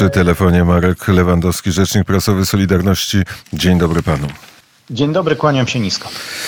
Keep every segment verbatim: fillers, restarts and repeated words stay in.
Przy telefonie Marek Lewandowski, rzecznik prasowy Solidarności. Dzień dobry panu. Dzień dobry, kłaniam się nisko.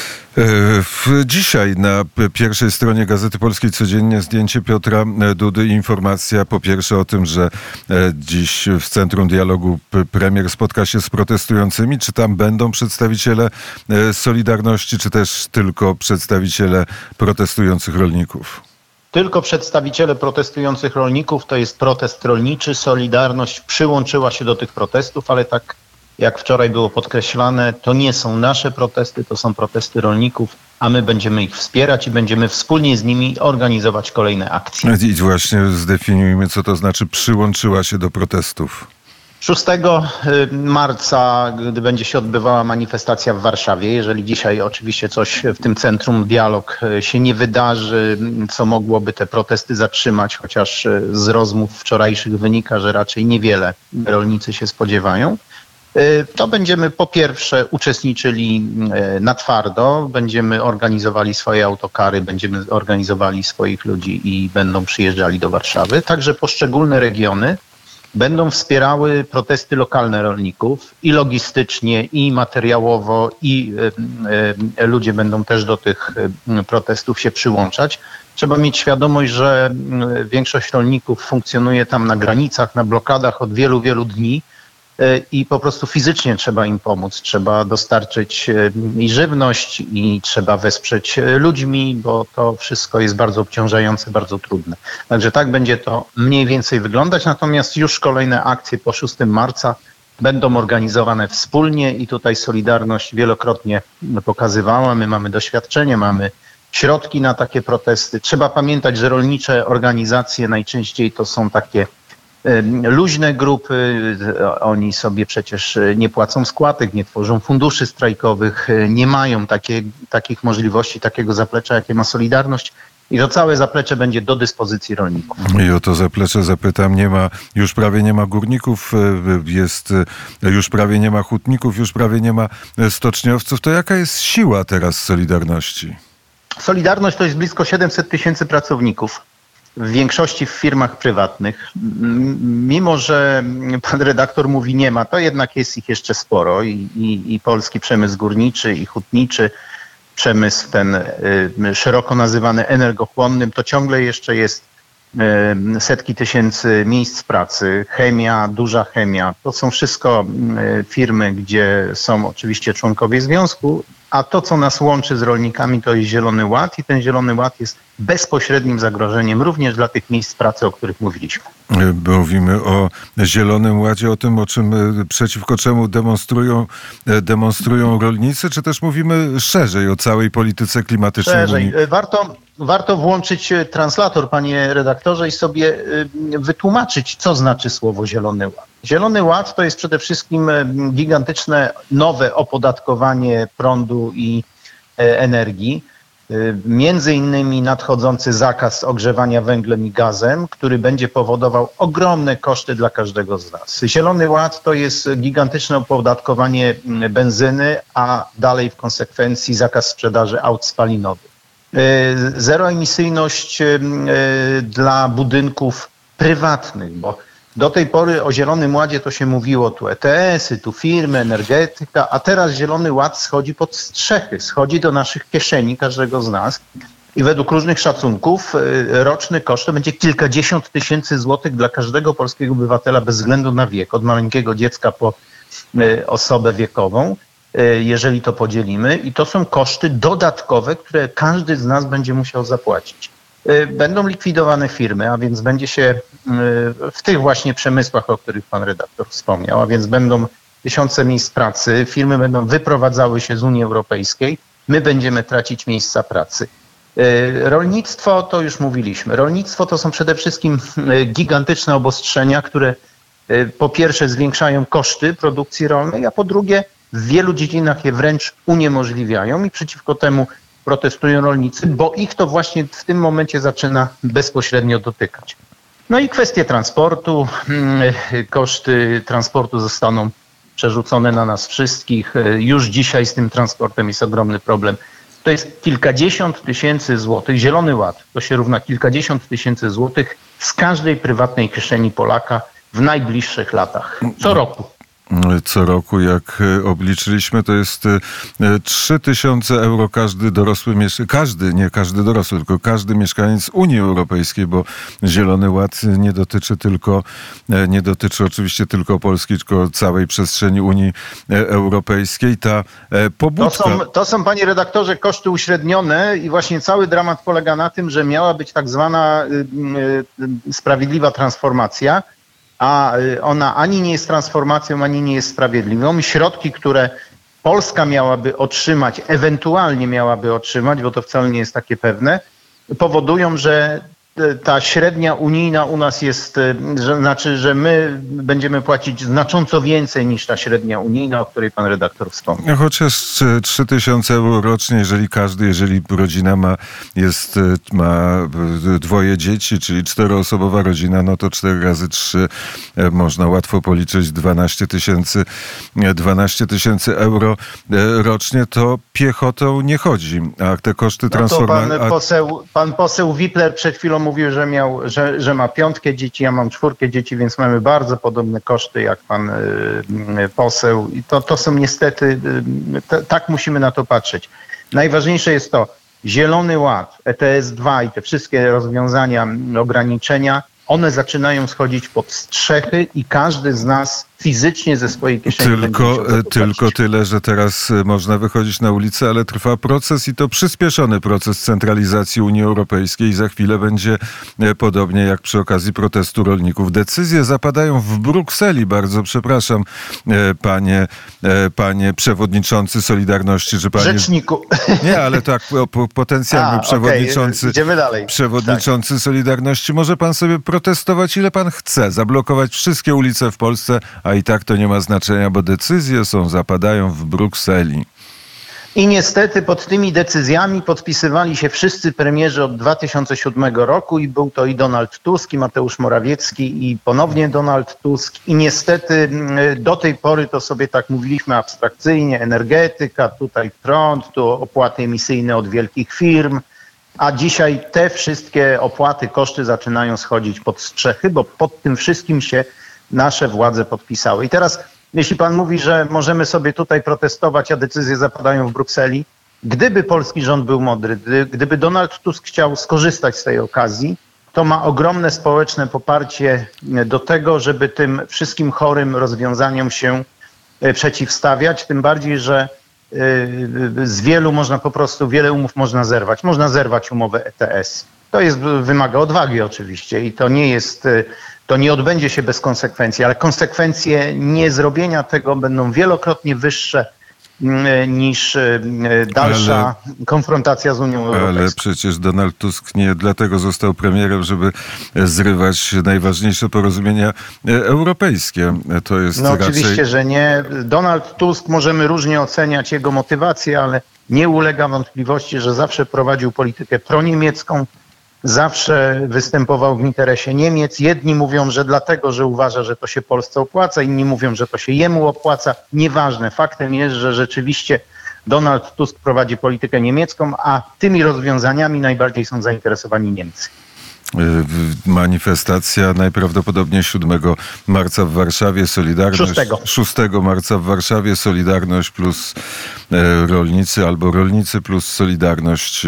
Dzisiaj na pierwszej stronie Gazety Polskiej codziennie zdjęcie Piotra Dudy. Informacja po pierwsze o tym, że dziś w Centrum Dialogu premier spotka się z protestującymi. Czy tam będą przedstawiciele Solidarności, czy też tylko przedstawiciele protestujących rolników? Tylko przedstawiciele protestujących rolników, to jest protest rolniczy. Solidarność przyłączyła się do tych protestów, ale tak jak wczoraj było podkreślane, to nie są nasze protesty, to są protesty rolników, a my będziemy ich wspierać i będziemy wspólnie z nimi organizować kolejne akcje. I właśnie zdefiniujmy, co to znaczy przyłączyła się do protestów. szóstego marca, gdy będzie się odbywała manifestacja w Warszawie, jeżeli dzisiaj oczywiście coś w tym Centrum Dialog się nie wydarzy, co mogłoby te protesty zatrzymać, chociaż z rozmów wczorajszych wynika, że raczej niewiele rolnicy się spodziewają, to będziemy po pierwsze uczestniczyli na twardo, będziemy organizowali swoje autokary, będziemy organizowali swoich ludzi i będą przyjeżdżali do Warszawy. Także poszczególne regiony będą wspierały protesty lokalne rolników i logistycznie, i materiałowo, i y, y, ludzie będą też do tych y, protestów się przyłączać. Trzeba mieć świadomość, że y, większość rolników funkcjonuje tam na granicach, na blokadach od wielu, wielu dni y, i po prostu fizycznie trzeba im pomóc. Trzeba dostarczyć y, i żywność, i trzeba wesprzeć y, ludźmi, bo to wszystko jest bardzo obciążające, bardzo trudne. Także tak będzie to mniej więcej wyglądać, natomiast już kolejne akcje po szóstego marca będą organizowane wspólnie i tutaj Solidarność wielokrotnie pokazywała. My mamy doświadczenie, mamy środki na takie protesty. Trzeba pamiętać, że rolnicze organizacje najczęściej to są takie luźne grupy, oni sobie przecież nie płacą składek, nie tworzą funduszy strajkowych, nie mają takie, takich możliwości, takiego zaplecza, jakie ma Solidarność. I to całe zaplecze będzie do dyspozycji rolników. I o to zaplecze zapytam. Nie ma, już prawie nie ma górników, jest, już prawie nie ma hutników, już prawie nie ma stoczniowców. To jaka jest siła teraz Solidarności? Solidarność to jest blisko siedemset tysięcy pracowników. W większości w firmach prywatnych. Mimo że pan redaktor mówi nie ma, to jednak jest ich jeszcze sporo i, i, i polski przemysł górniczy i hutniczy, przemysł ten y, szeroko nazywany energochłonnym, to ciągle jeszcze jest y, setki tysięcy miejsc pracy, chemia, duża chemia. To są wszystko y, firmy, gdzie są oczywiście członkowie związku, a to, co nas łączy z rolnikami, to jest Zielony Ład i ten Zielony Ład jest bezpośrednim zagrożeniem również dla tych miejsc pracy, o których mówiliśmy. Mówimy o Zielonym Ładzie, o tym, o czym przeciwko czemu demonstrują, demonstrują rolnicy, czy też mówimy szerzej o całej polityce klimatycznej? Szerzej. Warto, warto włączyć translator, panie redaktorze, i sobie wytłumaczyć, co znaczy słowo Zielony Ład. Zielony Ład to jest przede wszystkim gigantyczne, nowe opodatkowanie prądu i energii. Między innymi nadchodzący zakaz ogrzewania węglem i gazem, który będzie powodował ogromne koszty dla każdego z nas. Zielony Ład to jest gigantyczne opodatkowanie benzyny, a dalej w konsekwencji zakaz sprzedaży aut spalinowych. Zeroemisyjność dla budynków prywatnych, bo do tej pory o Zielonym Ładzie to się mówiło, tu E T S-y, tu firmy, energetyka, a teraz Zielony Ład schodzi pod strzechy, schodzi do naszych kieszeni każdego z nas i według różnych szacunków roczny koszt to będzie kilkadziesiąt tysięcy złotych dla każdego polskiego obywatela bez względu na wiek, od maleńkiego dziecka po osobę wiekową, jeżeli to podzielimy, i to są koszty dodatkowe, które każdy z nas będzie musiał zapłacić. Będą likwidowane firmy, a więc będzie się w tych właśnie przemysłach, o których pan redaktor wspomniał, a więc będą tysiące miejsc pracy, firmy będą wyprowadzały się z Unii Europejskiej, my będziemy tracić miejsca pracy. Rolnictwo, to już mówiliśmy, rolnictwo to są przede wszystkim gigantyczne obostrzenia, które po pierwsze zwiększają koszty produkcji rolnej, a po drugie w wielu dziedzinach je wręcz uniemożliwiają i przeciwko temu protestują rolnicy, bo ich to właśnie w tym momencie zaczyna bezpośrednio dotykać. No i kwestie transportu. Koszty transportu zostaną przerzucone na nas wszystkich. Już dzisiaj z tym transportem jest ogromny problem. To jest kilkadziesiąt tysięcy złotych. Zielony Ład to się równa kilkadziesiąt tysięcy złotych z każdej prywatnej kieszeni Polaka w najbliższych latach. Co roku. Co roku, jak obliczyliśmy, to jest trzy tysiące euro każdy dorosły, każdy, nie każdy dorosły, tylko każdy mieszkaniec Unii Europejskiej, bo Zielony Ład nie dotyczy tylko, nie dotyczy oczywiście tylko Polski, tylko całej przestrzeni Unii Europejskiej. Ta pobudka... To są, to są, panie redaktorze, koszty uśrednione i właśnie cały dramat polega na tym, że miała być tak zwana y, y, sprawiedliwa transformacja, a ona ani nie jest transformacją, ani nie jest sprawiedliwą. Środki, które Polska miałaby otrzymać, ewentualnie miałaby otrzymać, bo to wcale nie jest takie pewne, powodują, że ta średnia unijna u nas jest, że, znaczy, że my będziemy płacić znacząco więcej niż ta średnia unijna, o której pan redaktor wspomniał. Chociaż trzy tysiące euro rocznie, jeżeli każdy, jeżeli rodzina ma, jest, ma dwoje dzieci, czyli czteroosobowa rodzina, no to cztery razy trzy można łatwo policzyć dwanaście tysięcy, dwanaście tysięcy euro rocznie, to piechotą nie chodzi. A te koszty transformacji... No pan poseł, pan poseł Wipler przed chwilą mówił, że, miał, że, że ma piątkę dzieci, ja mam czwórkę dzieci, więc mamy bardzo podobne koszty jak pan y, poseł. I to, to są niestety, y, t, tak musimy na to patrzeć. Najważniejsze jest to, Zielony Ład, E T S dwa i te wszystkie rozwiązania, ograniczenia, one zaczynają schodzić pod strzechy i każdy z nas fizycznie ze swojej kieszeni Tylko, tylko tyle, że teraz można wychodzić na ulicę, ale trwa proces i to przyspieszony proces centralizacji Unii Europejskiej i za chwilę będzie podobnie jak przy okazji protestu rolników. Decyzje zapadają w Brukseli. Bardzo przepraszam, panie, panie przewodniczący Solidarności, że panie... Rzeczniku. Nie, ale tak, potencjalny A, przewodniczący, okay. Idziemy dalej. przewodniczący tak. Solidarności. Może pan sobie protestować ile pan chce, zablokować wszystkie ulice w Polsce, a i tak to nie ma znaczenia, bo decyzje są, zapadają w Brukseli. I niestety pod tymi decyzjami podpisywali się wszyscy premierzy od dwa tysiące siódmego roku i był to i Donald Tusk, i Mateusz Morawiecki, i ponownie Donald Tusk. I niestety do tej pory to sobie tak mówiliśmy abstrakcyjnie, energetyka, tutaj prąd, tu opłaty emisyjne od wielkich firm, a dzisiaj te wszystkie opłaty, koszty zaczynają schodzić pod strzechy, bo pod tym wszystkim się nasze władze podpisały. I teraz, jeśli pan mówi, że możemy sobie tutaj protestować, a decyzje zapadają w Brukseli, gdyby polski rząd był mądry, gdyby Donald Tusk chciał skorzystać z tej okazji, to ma ogromne społeczne poparcie do tego, żeby tym wszystkim chorym rozwiązaniom się przeciwstawiać, tym bardziej, że z wielu można po prostu, wiele umów można zerwać. Można zerwać umowę E T S. To jest, wymaga odwagi oczywiście i to nie jest... To nie odbędzie się bez konsekwencji, ale konsekwencje niezrobienia tego będą wielokrotnie wyższe niż dalsza ale, konfrontacja z Unią Europejską. Ale przecież Donald Tusk nie dlatego został premierem, żeby zrywać najważniejsze porozumienia europejskie. To jest no raczej... Oczywiście, że nie. Donald Tusk, możemy różnie oceniać jego motywację, ale nie ulega wątpliwości, że zawsze prowadził politykę proniemiecką, zawsze występował w interesie Niemiec. Jedni mówią, że dlatego, że uważa, że to się Polsce opłaca, inni mówią, że to się jemu opłaca. Nieważne. Faktem jest, że rzeczywiście Donald Tusk prowadzi politykę niemiecką, a tymi rozwiązaniami najbardziej są zainteresowani Niemcy. Manifestacja najprawdopodobniej siódmego marca w Warszawie, Solidarność. szóstego marca w Warszawie, Solidarność plus rolnicy albo rolnicy plus Solidarność.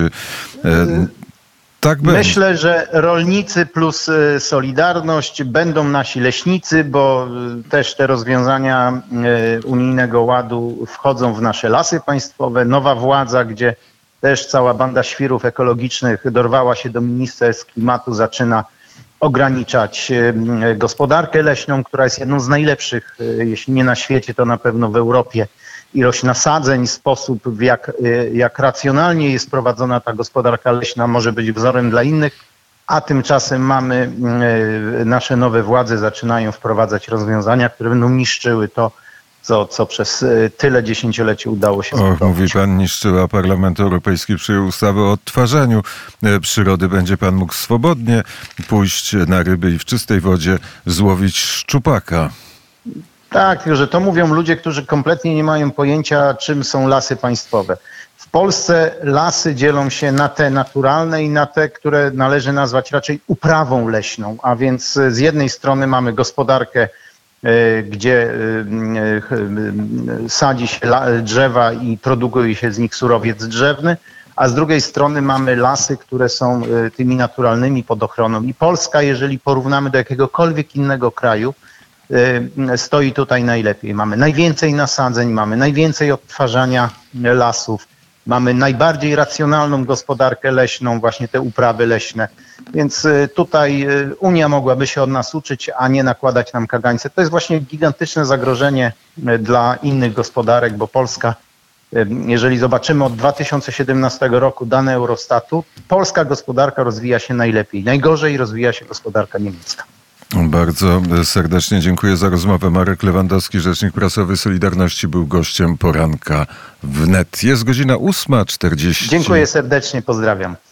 Tak Myślę, że rolnicy plus Solidarność, będą nasi leśnicy, bo też te rozwiązania unijnego ładu wchodzą w nasze lasy państwowe. Nowa władza, gdzie też cała banda świrów ekologicznych dorwała się do Ministerstwa Klimatu, zaczyna ograniczać gospodarkę leśną, która jest jedną z najlepszych, jeśli nie na świecie, to na pewno w Europie. Ilość nasadzeń, sposób w jak, jak racjonalnie jest prowadzona ta gospodarka leśna może być wzorem dla innych, a tymczasem mamy, nasze nowe władze zaczynają wprowadzać rozwiązania, które będą niszczyły to, co, co przez tyle dziesięcioleci udało się zbudować. Och, mówi pan, niszczyła. Parlament Europejski przyjął ustawę o odtwarzaniu przyrody. Będzie pan mógł swobodnie pójść na ryby i w czystej wodzie złowić szczupaka. Tak, tylko że to mówią ludzie, którzy kompletnie nie mają pojęcia, czym są lasy państwowe. W Polsce lasy dzielą się na te naturalne i na te, które należy nazwać raczej uprawą leśną, a więc z jednej strony mamy gospodarkę, gdzie sadzi się drzewa i produkuje się z nich surowiec drzewny, a z drugiej strony mamy lasy, które są tymi naturalnymi pod ochroną. I Polska, jeżeli porównamy do jakiegokolwiek innego kraju, stoi tutaj najlepiej. Mamy najwięcej nasadzeń, mamy najwięcej odtwarzania lasów, mamy najbardziej racjonalną gospodarkę leśną, właśnie te uprawy leśne. Więc tutaj Unia mogłaby się od nas uczyć, a nie nakładać nam kagańce. To jest właśnie gigantyczne zagrożenie dla innych gospodarek, bo Polska, jeżeli zobaczymy od dwa tysiące siedemnastego roku dane Eurostatu, polska gospodarka rozwija się najlepiej. Najgorzej rozwija się gospodarka niemiecka. Bardzo serdecznie dziękuję za rozmowę. Marek Lewandowski, rzecznik prasowy Solidarności, był gościem poranka wnet. Jest godzina ósma czterdzieści. Dziękuję serdecznie, pozdrawiam.